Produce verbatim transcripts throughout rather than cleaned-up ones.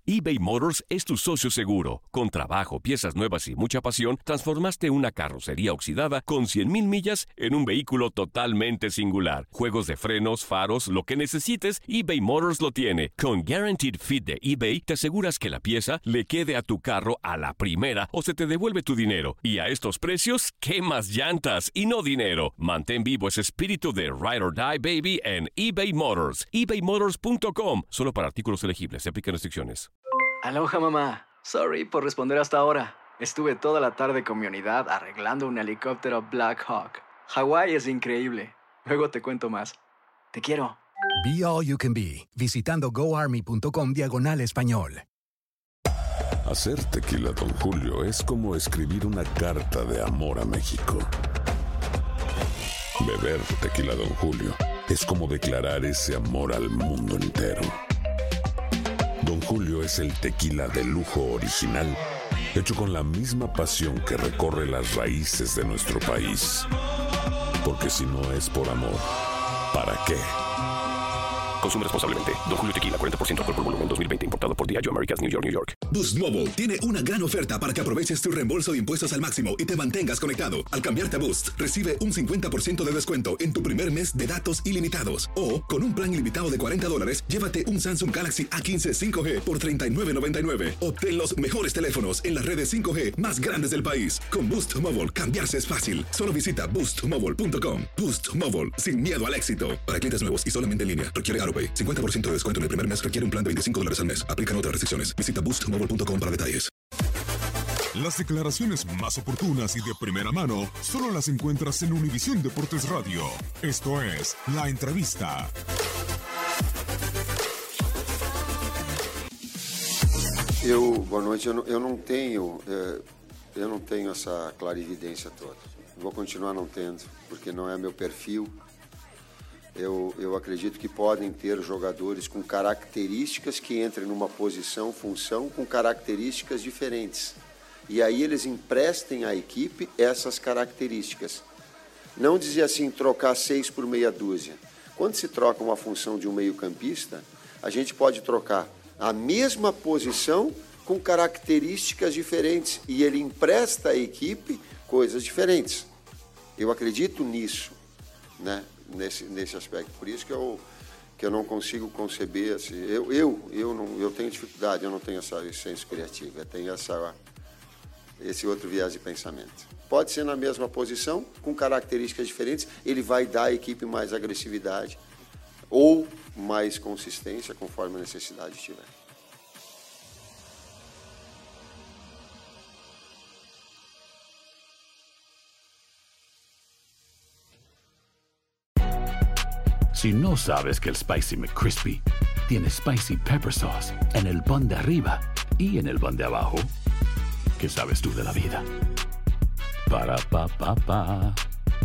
eBay Motors es tu socio seguro. Con trabajo, piezas nuevas y mucha pasión, transformaste una carrocería oxidada con cien mil millas en un vehículo totalmente singular. Juegos de frenos, faros, lo que necesites, eBay Motors lo tiene. Con Guaranteed Fit de eBay, te aseguras que la pieza le quede a tu carro a la primera o se te devuelve tu dinero. Y a estos precios, ¿qué más llantas y no dinero? Mantén vivo ese espíritu de Ride or Die, baby, en eBay Motors. ebay motors punto com. Solo para artículos elegibles. Se aplican restricciones. Aloha, mamá. Sorry por responder hasta ahora. Estuve toda la tarde con mi unidad arreglando un helicóptero Black Hawk. Hawái es increíble. Luego te cuento más. Te quiero. Be All You Can Be, visitando goarmy.com diagonal español. Hacer tequila Don Julio es como escribir una carta de amor a México. Beber tequila Don Julio es como declarar ese amor al mundo entero. Don Julio es el tequila de lujo original, hecho con la misma pasión que recorre las raíces de nuestro país. Porque si no es por amor, ¿para qué? Consume responsablemente. Don Julio Tequila, cuarenta por ciento alcohol por volumen, dos mil veinte. Importado por Diageo Americas, New York, New York. Boost Mobile tiene una gran oferta para que aproveches tu reembolso de impuestos al máximo y te mantengas conectado. Al cambiarte a Boost, recibe un cincuenta por ciento de descuento en tu primer mes de datos ilimitados. O, con un plan ilimitado de cuarenta dólares, llévate un Samsung Galaxy A quince cinco G por treinta y nueve noventa y nueve. Obtén los mejores teléfonos en las redes cinco G más grandes del país. Con Boost Mobile, cambiarse es fácil. Solo visita boost mobile punto com. Boost Mobile, sin miedo al éxito. Para clientes nuevos y solamente en línea, requiere AutoPay. cincuenta por ciento de descuento en el primer mes, requiere un plan de veinticinco dólares al mes. Aplican otras restricciones. Visita boost mobile punto com para detalles. Las declaraciones más oportunas y de primera mano solo las encuentras en Univisión Deportes Radio. Esto es La Entrevista. Eu, boa noite, eu não, eu não tenho é, eu não tenho essa clarividência toda. Vou continuar não tendo, porque não é meu perfil. Eu, eu acredito que podem ter jogadores com características que entrem numa posição, função, com características diferentes. E aí eles emprestem à equipe essas características. Não dizer assim, trocar seis por meia dúzia. Quando se troca uma função de um meio-campista, a gente pode trocar a mesma posição com características diferentes. E ele empresta à equipe coisas diferentes. Eu acredito nisso, né? Nesse, nesse aspecto. Por isso que eu, que eu não consigo conceber assim. Eu, eu, eu, não, eu tenho dificuldade, eu não tenho essa, esse senso criativo, eu tenho essa, esse outro viés de pensamento. Pode ser na mesma posição, com características diferentes, ele vai dar à equipe mais agressividade ou mais consistência, conforme a necessidade estiver. Si no sabes que el Spicy McCrispy tiene Spicy Pepper Sauce en el pan de arriba y en el pan de abajo, ¿qué sabes tú de la vida? Para, pa, pa, pa.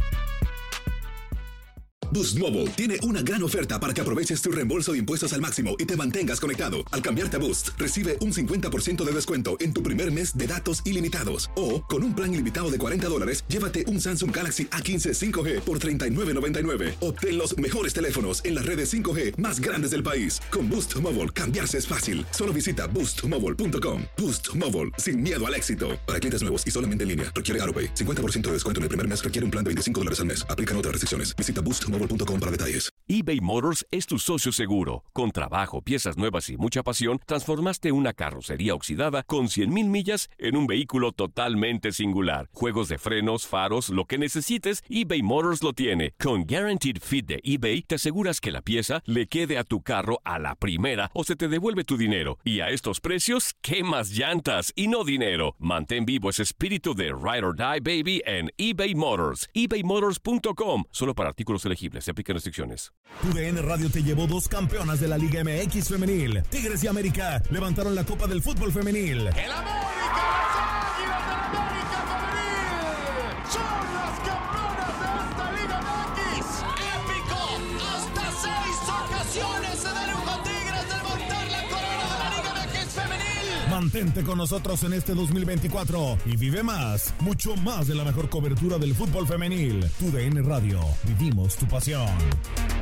Boost Mobile tiene una gran oferta para que aproveches tu reembolso de impuestos al máximo y te mantengas conectado. Al cambiarte a Boost, recibe un cincuenta por ciento de descuento en tu primer mes de datos ilimitados. O, con un plan ilimitado de cuarenta dólares, llévate un Samsung Galaxy A quince cinco G por treinta y nueve noventa y nueve. Obtén los mejores teléfonos en las redes cinco G más grandes del país. Con Boost Mobile, cambiarse es fácil. Solo visita boost mobile punto com. Boost Mobile, sin miedo al éxito. Para clientes nuevos y solamente en línea, requiere AutoPay. cincuenta por ciento de descuento en el primer mes, requiere un plan de veinticinco dólares al mes. Aplican otras restricciones. Visita boost mobile punto com para detalles. eBay Motors es tu socio seguro. Con trabajo, piezas nuevas y mucha pasión, transformaste una carrocería oxidada con cien mil millas en un vehículo totalmente singular. Juegos de frenos, faros, lo que necesites, eBay Motors lo tiene. Con Guaranteed Fit de eBay, te aseguras que la pieza le quede a tu carro a la primera o se te devuelve tu dinero. Y a estos precios, ¿qué más llantas y no dinero? Mantén vivo ese espíritu de Ride or Die, baby, en eBay Motors. ebay motors punto com. Solo para artículos elegibles. Se aplican restricciones. Tu D N Radio te llevó dos campeonas de la Liga M X femenil. Tigres y América levantaron la Copa del Fútbol femenil. ¡El América, las Águilas del América femenil! ¡Son las campeonas de esta Liga M X! ¡Épico! ¡Hasta seis ocasiones se dieron con Tigres de levantar la corona de la Liga M X femenil! Mantente con nosotros en este dos mil veinticuatro y vive más, mucho más de la mejor cobertura del fútbol femenil. Tu D N Radio, vivimos tu pasión.